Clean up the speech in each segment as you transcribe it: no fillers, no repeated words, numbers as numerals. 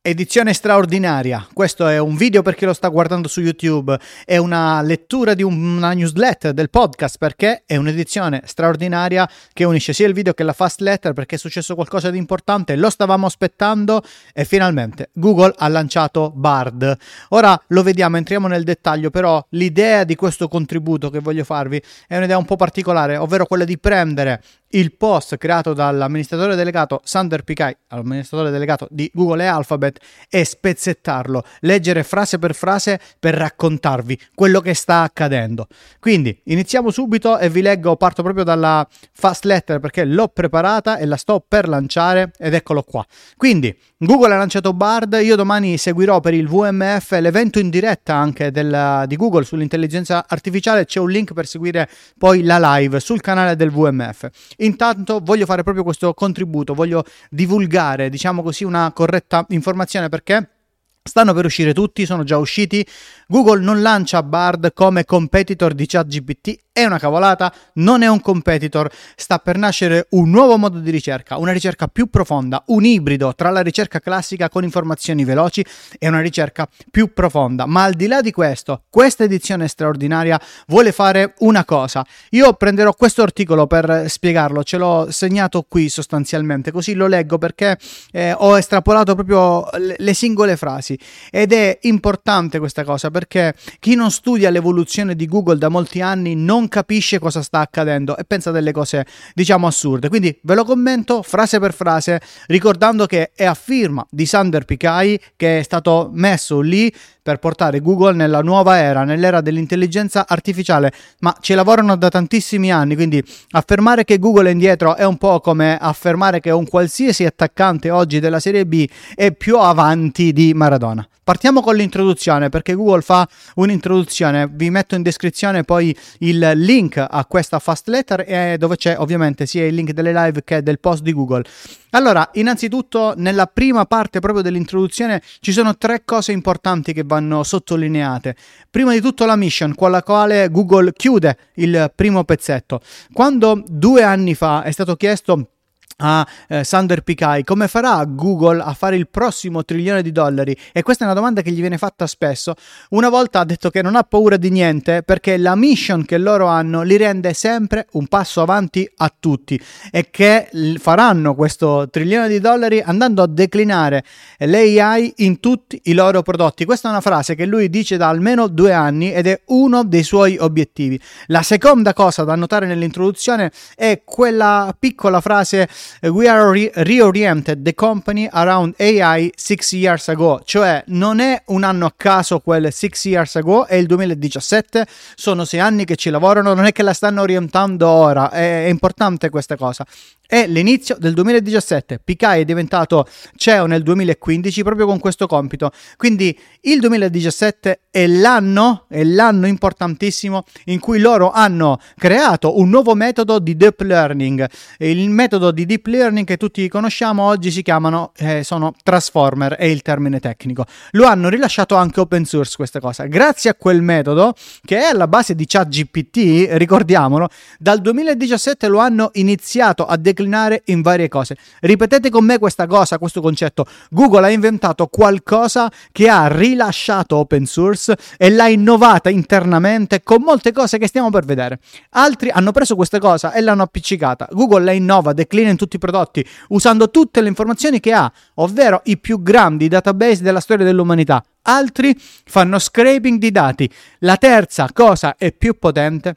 Edizione straordinaria, questo è un video per chi lo sta guardando su YouTube, è una lettura di una newsletter del podcast perché è un'edizione straordinaria che unisce sia il video che la fast letter perché è successo qualcosa di importante, lo stavamo aspettando e finalmente Google ha lanciato Bard. Ora lo vediamo, entriamo nel dettaglio, però l'idea di questo contributo che voglio farvi è un'idea un po' particolare, ovvero quella di prendere il post creato dall'amministratore delegato Sundar Pichai, amministratore delegato di Google e Alphabet, e spezzettarlo, leggere frase per frase per raccontarvi quello che sta accadendo. Quindi iniziamo subito e vi leggo, parto proprio dalla fast letter perché l'ho preparata e la sto per lanciare ed eccolo qua. Quindi Google ha lanciato Bard, io domani seguirò per il WMF l'evento in diretta anche di Google sull'intelligenza artificiale, c'è un link per seguire poi la live sul canale del WMF. Intanto voglio fare proprio questo contributo, voglio divulgare, diciamo così, una corretta informazione perché stanno per uscire tutti, sono già usciti. Google non lancia Bard come competitor di ChatGPT, è una cavolata, non è un competitor, sta per nascere un nuovo modo di ricerca, una ricerca più profonda, un ibrido tra la ricerca classica con informazioni veloci e una ricerca più profonda. Ma al di là di questo, questa edizione straordinaria vuole fare una cosa. Io prenderò questo articolo per spiegarlo, ce l'ho segnato qui sostanzialmente, così lo leggo perché ho estrapolato proprio le singole frasi ed è importante questa cosa perché chi non studia l'evoluzione di Google da molti anni non capisce cosa sta accadendo e pensa delle cose, diciamo, assurde. Quindi ve lo commento frase per frase, ricordando che è a firma di Sundar Pichai, che è stato messo lì per portare Google nella nuova era, nell'era dell'intelligenza artificiale, ma ci lavorano da tantissimi anni, quindi affermare che Google è indietro è un po' come affermare che un qualsiasi attaccante oggi della Serie B è più avanti di Maradona. Partiamo con l'introduzione perché Google fa un'introduzione, vi metto in descrizione poi il link a questa fast letter dove c'è ovviamente sia il link delle live che del post di Google. Allora, innanzitutto nella prima parte proprio dell'introduzione ci sono 3 cose importanti che vanno sottolineate. Prima di tutto la mission con la quale Google chiude il primo pezzetto. Quando 2 anni fa è stato chiesto a Sundar Pichai come farà Google a fare il prossimo $1 trilione, e questa è una domanda che gli viene fatta spesso, una volta ha detto che non ha paura di niente perché la mission che loro hanno li rende sempre un passo avanti a tutti e che faranno questo $1 trilione andando a declinare l'AI in tutti i loro prodotti. Questa è una frase che lui dice da almeno 2 anni ed è uno dei suoi obiettivi. La seconda cosa da notare nell'introduzione è quella piccola frase "We are reoriented the company around AI 6 years ago", cioè non è un anno a caso quel 6 years ago, è il 2017, sono 6 anni che ci lavorano, non è che la stanno orientando ora, è importante questa cosa. È l'inizio del 2017, Pichai è diventato CEO nel 2015 proprio con questo compito, quindi il 2017 è l'anno importantissimo in cui loro hanno creato un nuovo metodo di deep learning. Il metodo di deep learning che tutti conosciamo oggi si chiamano sono transformer, è il termine tecnico. Lo hanno rilasciato anche open source questa cosa. Grazie a quel metodo che è alla base di ChatGPT, ricordiamolo, dal 2017 lo hanno iniziato a declinare in varie cose. Ripetete con me questa cosa, questo concetto. Google ha inventato qualcosa che ha rilasciato open source e l'ha innovata internamente con molte cose che stiamo per vedere. Altri hanno preso questa cosa e l'hanno appiccicata. Google la innova, declina in tutti i prodotti usando tutte le informazioni che ha, ovvero i più grandi database della storia dell'umanità. Altri fanno scraping di dati. La terza cosa è più potente.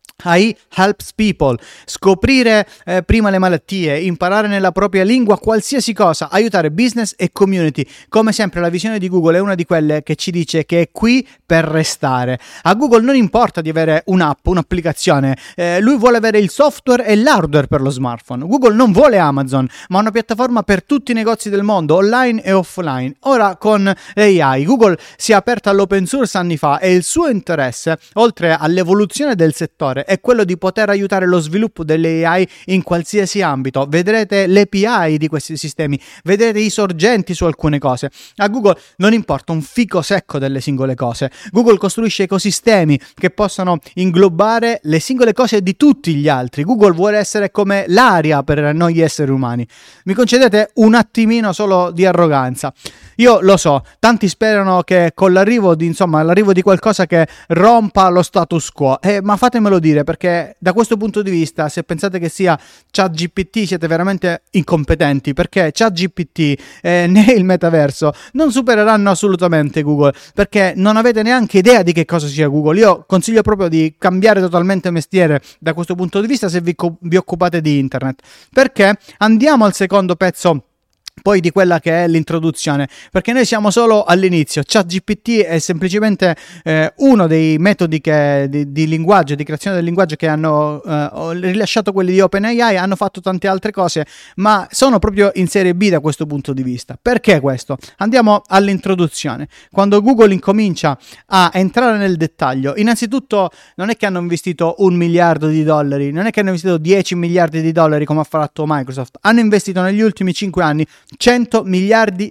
AI helps people, scoprire prima le malattie, imparare nella propria lingua qualsiasi cosa, aiutare business e community. Come sempre la visione di Google è una di quelle che ci dice che è qui per restare. A Google non importa di avere un'app, un'applicazione, lui vuole avere il software e l'hardware per lo smartphone. Google non vuole Amazon, ma una piattaforma per tutti i negozi del mondo, online e offline. Ora con AI Google si è aperta all'open source anni fa e il suo interesse, oltre all'evoluzione del settore, è quello di poter aiutare lo sviluppo delle AI in qualsiasi ambito. Vedrete l'API di questi sistemi, vedrete i sorgenti su alcune cose. A Google non importa un fico secco delle singole cose. Google costruisce ecosistemi che possano inglobare le singole cose di tutti gli altri. Google vuole essere come l'aria per noi esseri umani. Mi concedete un attimino solo di arroganza. Io lo so, tanti sperano che con l'arrivo di qualcosa che rompa lo status quo, ma fatemelo dire, perché da questo punto di vista, se pensate che sia ChatGPT, siete veramente incompetenti, perché ChatGPT né il metaverso non supereranno assolutamente Google, perché non avete neanche idea di che cosa sia Google. Io consiglio proprio di cambiare totalmente mestiere da questo punto di vista se vi occupate di internet, perché andiamo al secondo pezzo poi di quella che è l'introduzione, perché noi siamo solo all'inizio. ChatGPT è semplicemente uno dei metodi di linguaggio, di creazione del linguaggio che hanno rilasciato quelli di OpenAI, hanno fatto tante altre cose, ma sono proprio in serie B da questo punto di vista. Perché questo? Andiamo all'introduzione. Quando Google incomincia a entrare nel dettaglio, innanzitutto non è che hanno investito $1 miliardo, non è che hanno investito 10 miliardi di dollari come ha fatto Microsoft, hanno investito negli ultimi 5 anni $100 miliardi,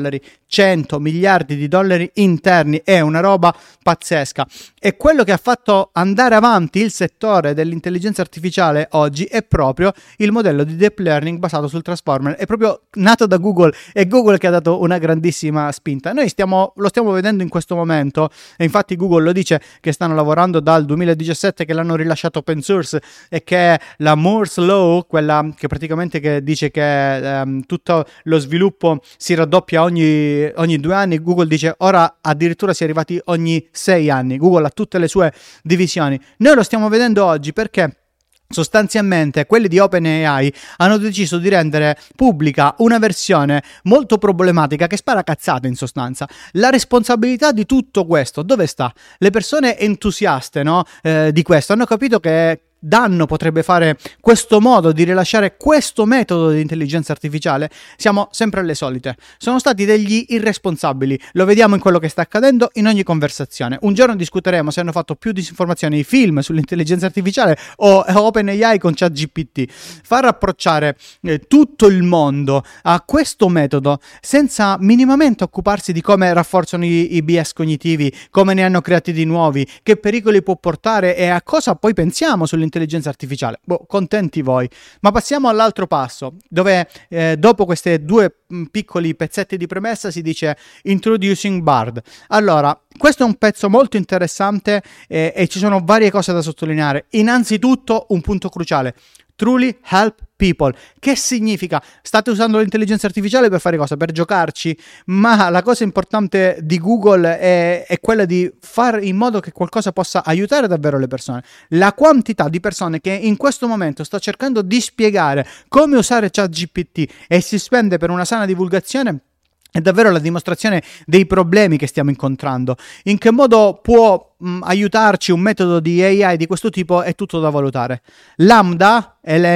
100 miliardi di dollari interni. È una roba pazzesca, e quello che ha fatto andare avanti il settore dell'intelligenza artificiale oggi è proprio il modello di deep learning basato sul transformer. È proprio nato da Google, è Google che ha dato una grandissima spinta. Noi lo stiamo vedendo in questo momento, e infatti Google lo dice che stanno lavorando dal 2017, che l'hanno rilasciato open source, e che la Moore's Law, quella che praticamente che dice che tutto lo sviluppo si raddoppia ogni 2 anni, Google dice ora addirittura si è arrivati ogni 6 anni. Google ha tutte le sue divisioni. Noi lo stiamo vedendo oggi perché sostanzialmente quelli di OpenAI hanno deciso di rendere pubblica una versione molto problematica che spara cazzate, in sostanza. La responsabilità di tutto questo dove sta? Le persone entusiaste, no, di questo hanno capito che danno potrebbe fare questo modo di rilasciare questo metodo di intelligenza artificiale. Siamo sempre alle solite, sono stati degli irresponsabili, lo vediamo in quello che sta accadendo in ogni conversazione. Un giorno discuteremo se hanno fatto più disinformazione i film sull'intelligenza artificiale o OpenAI con ChatGPT. Far approcciare tutto il mondo a questo metodo senza minimamente occuparsi di come rafforzano i bias cognitivi, come ne hanno creati di nuovi, che pericoli può portare e a cosa poi pensiamo sull'intelligenza artificiale. Contenti voi. Ma passiamo all'altro passo, dove dopo queste 2 piccoli pezzetti di premessa si dice Introducing Bard. Allora, questo è un pezzo molto interessante e ci sono varie cose da sottolineare. Innanzitutto un punto cruciale: truly help people. Che significa? State usando l'intelligenza artificiale per fare cosa? Per giocarci? Ma la cosa importante di Google è quella di fare in modo che qualcosa possa aiutare davvero le persone. La quantità di persone che in questo momento sta cercando di spiegare come usare ChatGPT e si spende per una sana divulgazione è davvero la dimostrazione dei problemi che stiamo incontrando. In che modo può aiutarci un metodo di AI di questo tipo è tutto da valutare. Lambda,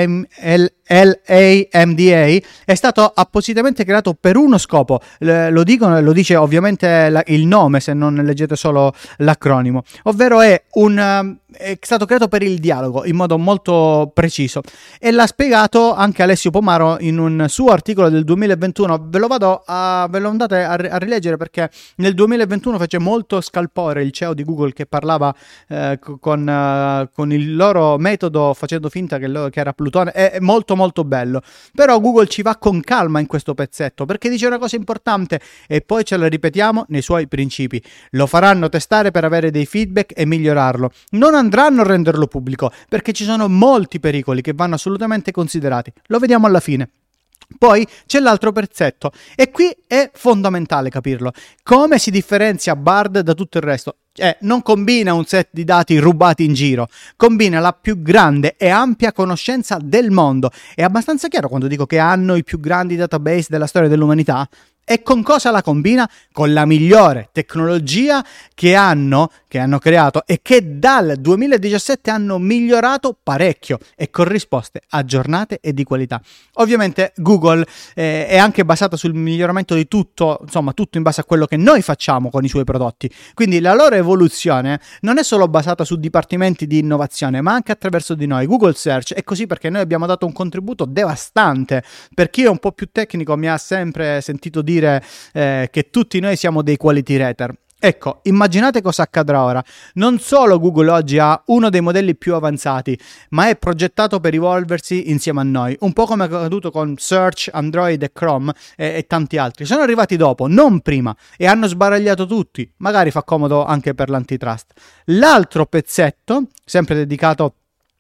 LAMDA, è stato appositamente creato per uno scopo. Lo dice ovviamente il nome, se non leggete solo l'acronimo, ovvero è stato creato per il dialogo in modo molto preciso, e l'ha spiegato anche Alessio Pomaro in un suo articolo del 2021. Ve lo andate a rileggere, perché nel 2021 fece molto scalpore il CEO di Google che parlava con il loro metodo facendo finta che era Plutone. È molto molto bello, però Google ci va con calma in questo pezzetto, perché dice una cosa importante e poi ce la ripetiamo nei suoi principi. Lo faranno testare per avere dei feedback e migliorarlo. Non andranno a renderlo pubblico, perché ci sono molti pericoli che vanno assolutamente considerati. Lo vediamo alla fine. Poi c'è l'altro pezzetto, e qui è fondamentale capirlo. Come si differenzia Bard da tutto il resto? Non combina un set di dati rubati in giro, combina la più grande e ampia conoscenza del mondo. È abbastanza chiaro quando dico che hanno i più grandi database della storia dell'umanità? E con cosa la combina? Con la migliore tecnologia che hanno creato e che dal 2017 hanno migliorato parecchio e con risposte aggiornate e di qualità. Ovviamente Google è anche basata sul miglioramento di tutto, insomma tutto in base a quello che noi facciamo con i suoi prodotti. Quindi la loro evoluzione non è solo basata su dipartimenti di innovazione, ma anche attraverso di noi. Google Search è così perché noi abbiamo dato un contributo devastante. Per chi è un po' più tecnico mi ha sempre sentito dire che tutti noi siamo dei quality rater. Ecco, immaginate cosa accadrà ora. Non solo Google oggi ha uno dei modelli più avanzati, ma è progettato per evolversi insieme a noi, un po' come è accaduto con Search, Android e Chrome e tanti altri. Sono arrivati dopo, non prima, e hanno sbaragliato tutti. Magari fa comodo anche per l'antitrust. L'altro pezzetto, sempre dedicato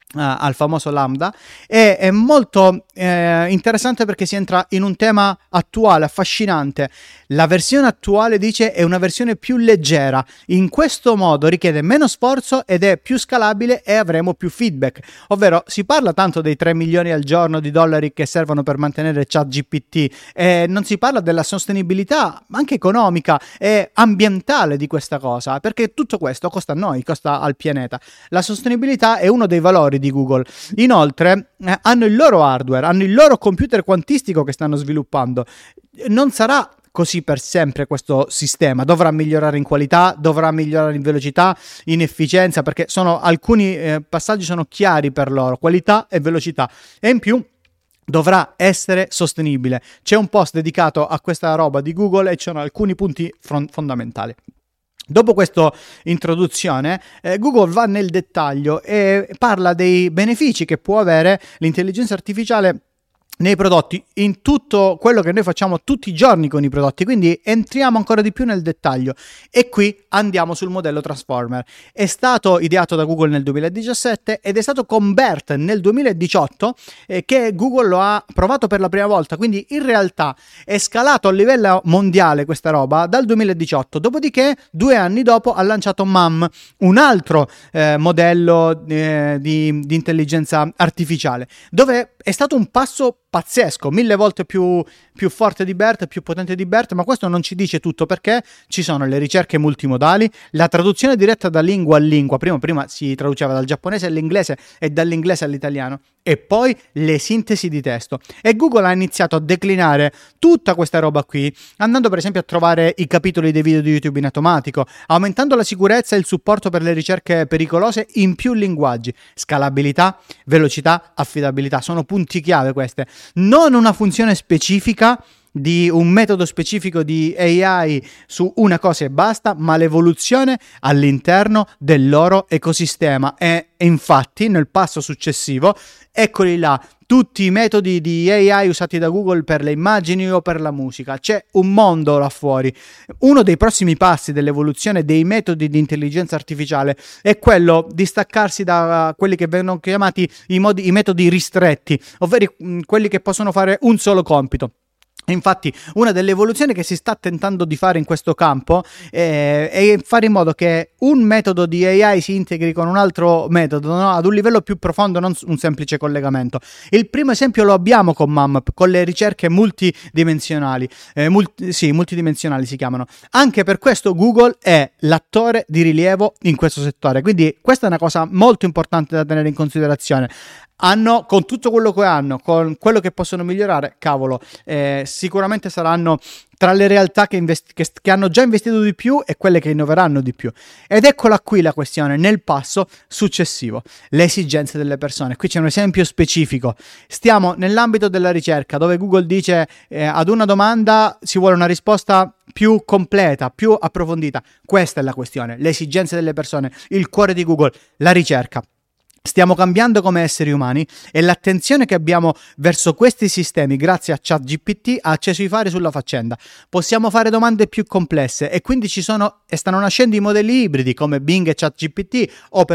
al famoso Lambda, è molto interessante perché si entra in un tema attuale, affascinante. La versione attuale, dice, è una versione più leggera, in questo modo richiede meno sforzo ed è più scalabile e avremo più feedback. Ovvero si parla tanto dei 3 milioni al giorno di dollari che servono per mantenere ChatGPT e non si parla della sostenibilità anche economica e ambientale di questa cosa, perché tutto questo costa a noi, costa al pianeta. La sostenibilità è uno dei valori di Google. Inoltre hanno il loro hardware, hanno il loro computer quantistico che stanno sviluppando. Non sarà così per sempre questo sistema, dovrà migliorare in qualità, dovrà migliorare in velocità, in efficienza, perché alcuni passaggi sono chiari per loro, qualità e velocità, e in più dovrà essere sostenibile. C'è un post dedicato a questa roba di Google e ci sono alcuni punti fondamentali. Dopo questa introduzione, Google va nel dettaglio e parla dei benefici che può avere l'intelligenza artificiale nei prodotti, in tutto quello che noi facciamo tutti i giorni con i prodotti. Quindi entriamo ancora di più nel dettaglio e qui andiamo sul modello Transformer. È stato ideato da Google nel 2017 ed è stato con BERT nel 2018 che Google lo ha provato per la prima volta, quindi in realtà è scalato a livello mondiale questa roba dal 2018, dopodiché 2 anni dopo ha lanciato MAM, un altro modello di intelligenza artificiale, dove è stato un passo pazzesco, 1000 volte più forte di BERT, più potente di BERT, ma questo non ci dice tutto, perché ci sono le ricerche multimodali, la traduzione diretta da lingua a lingua, prima si traduceva dal giapponese all'inglese e dall'inglese all'italiano, e poi le sintesi di testo. E Google ha iniziato a declinare tutta questa roba qui, andando per esempio a trovare i capitoli dei video di YouTube in automatico, aumentando la sicurezza e il supporto per le ricerche pericolose in più linguaggi. Scalabilità, velocità, affidabilità, sono punti chiave queste. Non una funzione specifica di un metodo specifico di AI su una cosa e basta, ma l'evoluzione all'interno del loro ecosistema. E infatti nel passo successivo, eccoli là, tutti i metodi di AI usati da Google per le immagini o per la musica. C'è un mondo là fuori. Uno dei prossimi passi dell'evoluzione dei metodi di intelligenza artificiale è quello di staccarsi da quelli che vengono chiamati i metodi ristretti, ovvero quelli che possono fare un solo compito. Infatti una delle evoluzioni che si sta tentando di fare in questo campo è fare in modo che un metodo di AI si integri con un altro metodo, no? Ad un livello più profondo, non un semplice collegamento. Il primo esempio lo abbiamo con MAM, con le ricerche multidimensionali, multidimensionali si chiamano. Anche per questo Google è l'attore di rilievo in questo settore, quindi questa è una cosa molto importante da tenere in considerazione. Hanno, con tutto quello che hanno, con quello che possono migliorare, cavolo, sicuramente saranno tra le realtà che hanno già investito di più e quelle che innoveranno di più. Ed eccola qui la questione, nel passo successivo, le esigenze delle persone. Qui c'è un esempio specifico. Stiamo nell'ambito della ricerca, dove Google dice ad una domanda si vuole una risposta più completa, più approfondita. Questa è la questione, le esigenze delle persone, il cuore di Google, la ricerca. Stiamo cambiando come esseri umani e l'attenzione che abbiamo verso questi sistemi grazie a ChatGPT ha acceso i fari sulla faccenda. Possiamo fare domande più complesse e quindi stanno nascendo i modelli ibridi come Bing e ChatGPT o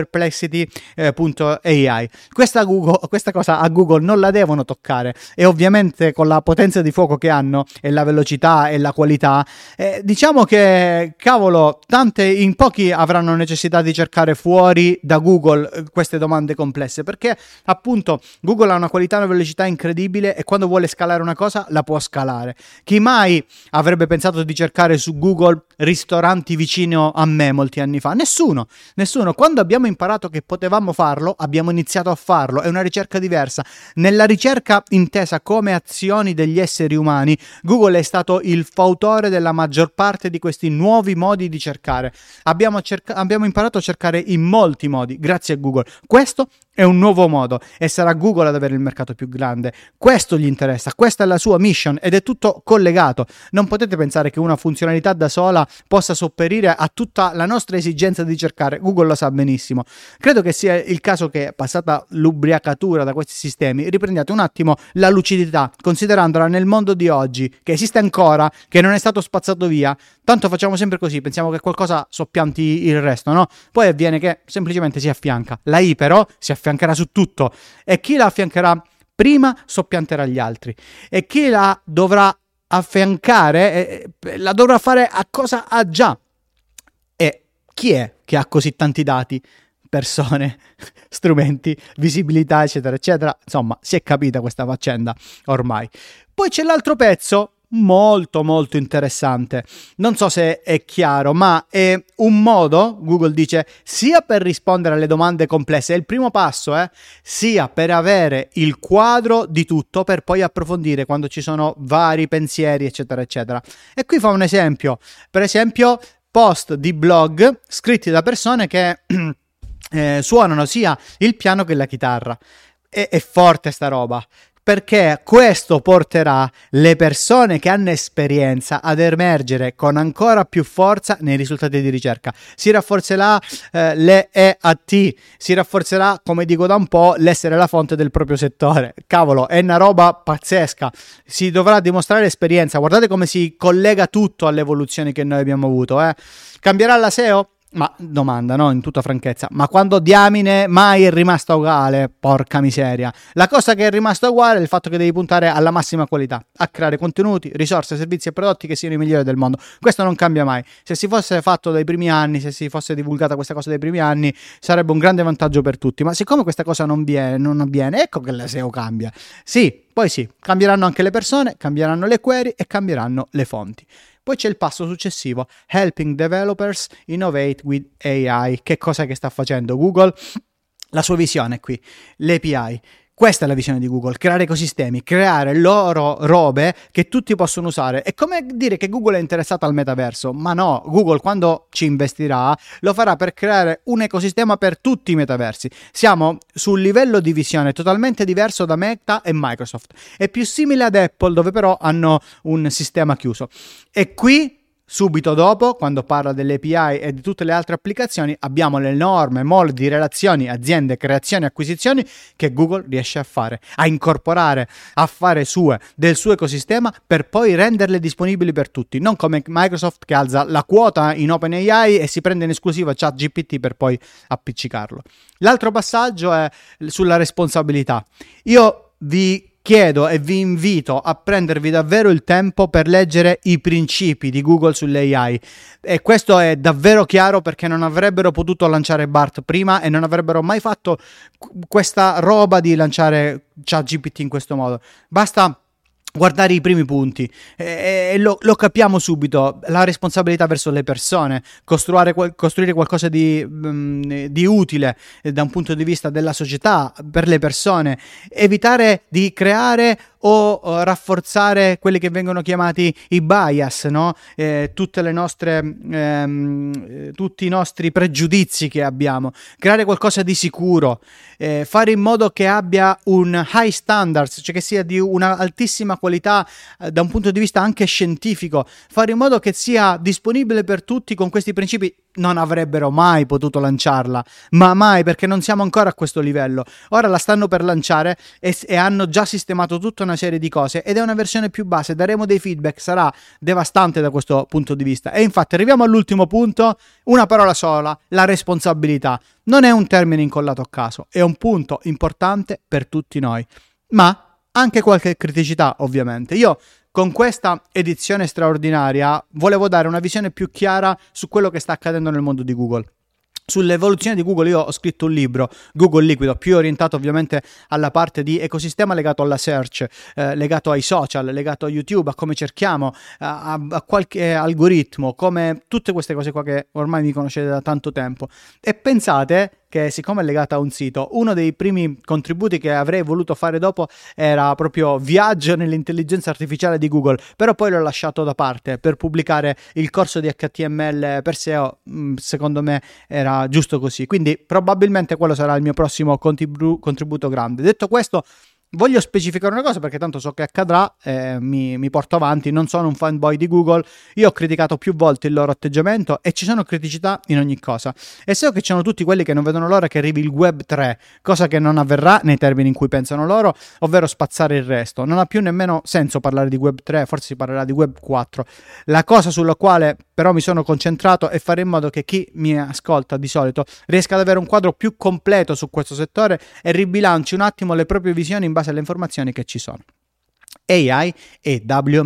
Perplexity.ai. Questa cosa a Google non la devono toccare, e ovviamente con la potenza di fuoco che hanno e la velocità e la qualità, diciamo che cavolo, in pochi avranno necessità di cercare fuori da Google queste domande domande complesse, perché appunto Google ha una qualità e una velocità incredibile e quando vuole scalare una cosa la può scalare. Chi mai avrebbe pensato di cercare su Google ristoranti vicino a me molti anni fa? Nessuno. Quando abbiamo imparato che potevamo farlo, abbiamo iniziato a farlo. È una ricerca diversa. Nella ricerca intesa come azioni degli esseri umani, Google è stato il fautore della maggior parte di questi nuovi modi di cercare. Abbiamo imparato a cercare in molti modi, grazie a Google. Questo è un nuovo modo e sarà Google ad avere il mercato più grande. Questo gli interessa, questa è la sua mission ed è tutto collegato. Non potete pensare che una funzionalità da sola possa sopperire a tutta la nostra esigenza di cercare. Google lo sa benissimo. Credo che sia il caso che, passata l'ubriacatura da questi sistemi, riprendiate un attimo la lucidità, considerandola nel mondo di oggi, che esiste ancora, che non è stato spazzato via. Tanto facciamo sempre così, pensiamo che qualcosa soppianti il resto, no? Poi avviene che semplicemente si affianca. La I però si affiancherà su tutto e chi la affiancherà prima soppianterà gli altri e chi la dovrà affiancare la dovrà fare a cosa ha già. E chi è che ha così tanti dati? Persone, strumenti, visibilità, eccetera, eccetera. Insomma, si è capita questa faccenda ormai. Poi c'è l'altro pezzo molto molto interessante, non so se è chiaro, ma è un modo, Google dice, sia per rispondere alle domande complesse, è il primo passo, sia per avere il quadro di tutto per poi approfondire quando ci sono vari pensieri, eccetera eccetera. E qui fa un esempio, per esempio post di blog scritti da persone che suonano sia il piano che la chitarra. È forte sta roba, perché questo porterà le persone che hanno esperienza ad emergere con ancora più forza nei risultati di ricerca. Si rafforzerà l'EAT, si rafforzerà, come dico da un po', l'essere la fonte del proprio settore. Cavolo, è una roba pazzesca. Si dovrà dimostrare esperienza. Guardate come si collega tutto alle evoluzioni che noi abbiamo avuto. Cambierà la SEO? Ma domanda, no? In tutta franchezza, ma quando diamine mai è rimasta uguale? Porca miseria. La cosa che è rimasta uguale è il fatto che devi puntare alla massima qualità, a creare contenuti, risorse, servizi e prodotti che siano i migliori del mondo. Questo non cambia mai. Se si fosse fatto dai primi anni, se si fosse divulgata questa cosa dai primi anni, sarebbe un grande vantaggio per tutti. Ma siccome questa cosa non avviene, ecco che la SEO cambia. Sì, poi sì, cambieranno anche le persone, cambieranno le query e cambieranno le fonti. Poi c'è il passo successivo, helping developers innovate with AI. Che cosa che sta facendo Google? La sua visione qui, l'API. Questa è la visione di Google, creare ecosistemi, creare loro robe che tutti possono usare. È come dire che Google è interessato al metaverso, ma no, Google quando ci investirà lo farà per creare un ecosistema per tutti i metaversi. Siamo su un livello di visione totalmente diverso da Meta e Microsoft. È più simile ad Apple, dove però hanno un sistema chiuso. E qui, subito dopo, quando parla delle API e di tutte le altre applicazioni, abbiamo l'enorme mole di relazioni, aziende, creazioni, acquisizioni che Google riesce a fare, a incorporare, a fare del suo ecosistema per poi renderle disponibili per tutti, non come Microsoft che alza la quota in OpenAI e si prende in esclusiva ChatGPT per poi appiccicarlo. L'altro passaggio è sulla responsabilità. Io vi chiedo e vi invito a prendervi davvero il tempo per leggere i principi di Google sull'AI e questo è davvero chiaro perché non avrebbero potuto lanciare BART prima e non avrebbero mai fatto questa roba di lanciare ChatGPT in questo modo. Basta guardare i primi punti e lo capiamo subito, la responsabilità verso le persone, costruire qualcosa di utile da un punto di vista della società per le persone, evitare di creare o rafforzare quelli che vengono chiamati i bias, no? Tutte le nostre tutti i nostri pregiudizi che abbiamo, creare qualcosa di sicuro, fare in modo che abbia un high standards, cioè che sia di una altissima qualità da un punto di vista anche scientifico, fare in modo che sia disponibile per tutti. Con questi principi non avrebbero mai potuto lanciarla, ma mai, perché non siamo ancora a questo livello. Ora la stanno per lanciare e hanno già sistemato tutta una serie di cose ed è una versione più base, daremo dei feedback, sarà devastante da questo punto di vista. E infatti arriviamo all'ultimo punto, una parola sola, la responsabilità. Non è un termine incollato a caso, è un punto importante per tutti noi, ma anche qualche criticità ovviamente. Io con questa edizione straordinaria volevo dare una visione più chiara su quello che sta accadendo nel mondo di Google. Sull'evoluzione di Google io ho scritto un libro, Google Liquido, più orientato ovviamente alla parte di ecosistema legato alla search, legato ai social, legato a YouTube, a come cerchiamo, a qualche algoritmo, come tutte queste cose qua che ormai mi conoscete da tanto tempo. E pensate che, siccome è legata a un sito, uno dei primi contributi che avrei voluto fare dopo era proprio viaggio nell'intelligenza artificiale di Google, però poi l'ho lasciato da parte per pubblicare il corso di HTML per SEO. Secondo me era giusto così, quindi probabilmente quello sarà il mio prossimo contributo grande. Detto questo, voglio specificare una cosa, perché tanto so che accadrà, mi porto avanti, non sono un fanboy di Google, io ho criticato più volte il loro atteggiamento e ci sono criticità in ogni cosa, e so che ci sono tutti quelli che non vedono l'ora che arrivi il web 3, cosa che non avverrà nei termini in cui pensano loro, ovvero spazzare il resto. Non ha più nemmeno senso parlare di web 3, forse si parlerà di web 4. La cosa sulla quale però mi sono concentrato è fare in modo che chi mi ascolta di solito riesca ad avere un quadro più completo su questo settore e ribilanci un attimo le proprie visioni in base alle informazioni che ci sono. AI e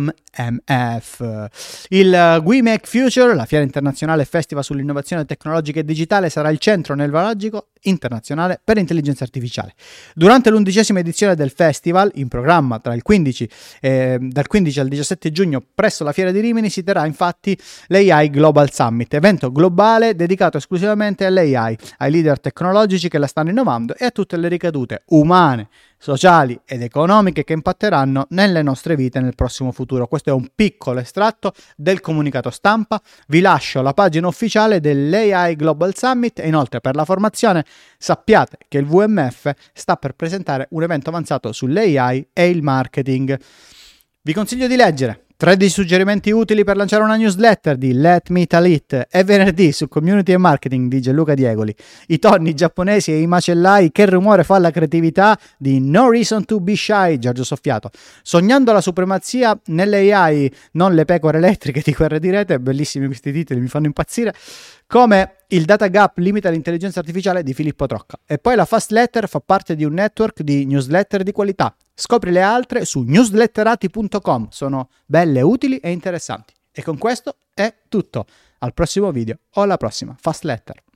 WMF. Il We Make Future, la fiera internazionale festival sull'innovazione tecnologica e digitale, sarà il centro nevralgico internazionale per l'intelligenza artificiale. Durante l'11ª edizione del festival, in programma dal 15 al 17 giugno presso la fiera di Rimini, si terrà infatti l'AI Global Summit, evento globale dedicato esclusivamente all'AI, ai leader tecnologici che la stanno innovando e a tutte le ricadute umane, sociali ed economiche che impatteranno nelle nostre vite nel prossimo futuro. Questo è un piccolo estratto del comunicato stampa. Vi lascio la pagina ufficiale dell'AI Global Summit e inoltre, per la formazione, sappiate che il WMF sta per presentare un evento avanzato sull'AI e il marketing. Vi consiglio di leggere 13 suggerimenti utili per lanciare una newsletter di Let Me Tell It, e venerdì su Community e Marketing di Gianluca Diegoli, i tonni giapponesi e i macellai, che rumore fa la creatività di No Reason to Be Shy, Giorgio Soffiato, sognando la supremazia nelle AI, non le pecore elettriche di Guerra di Rete, bellissimi questi titoli, mi fanno impazzire, come il data gap limita l'intelligenza artificiale di Filippo Trocca. E poi la Fast Letter fa parte di un network di newsletter di qualità. Scopri le altre su newsletterati.com, sono belle, utili e interessanti. E con questo è tutto. Al prossimo video o alla prossima Fast Letter.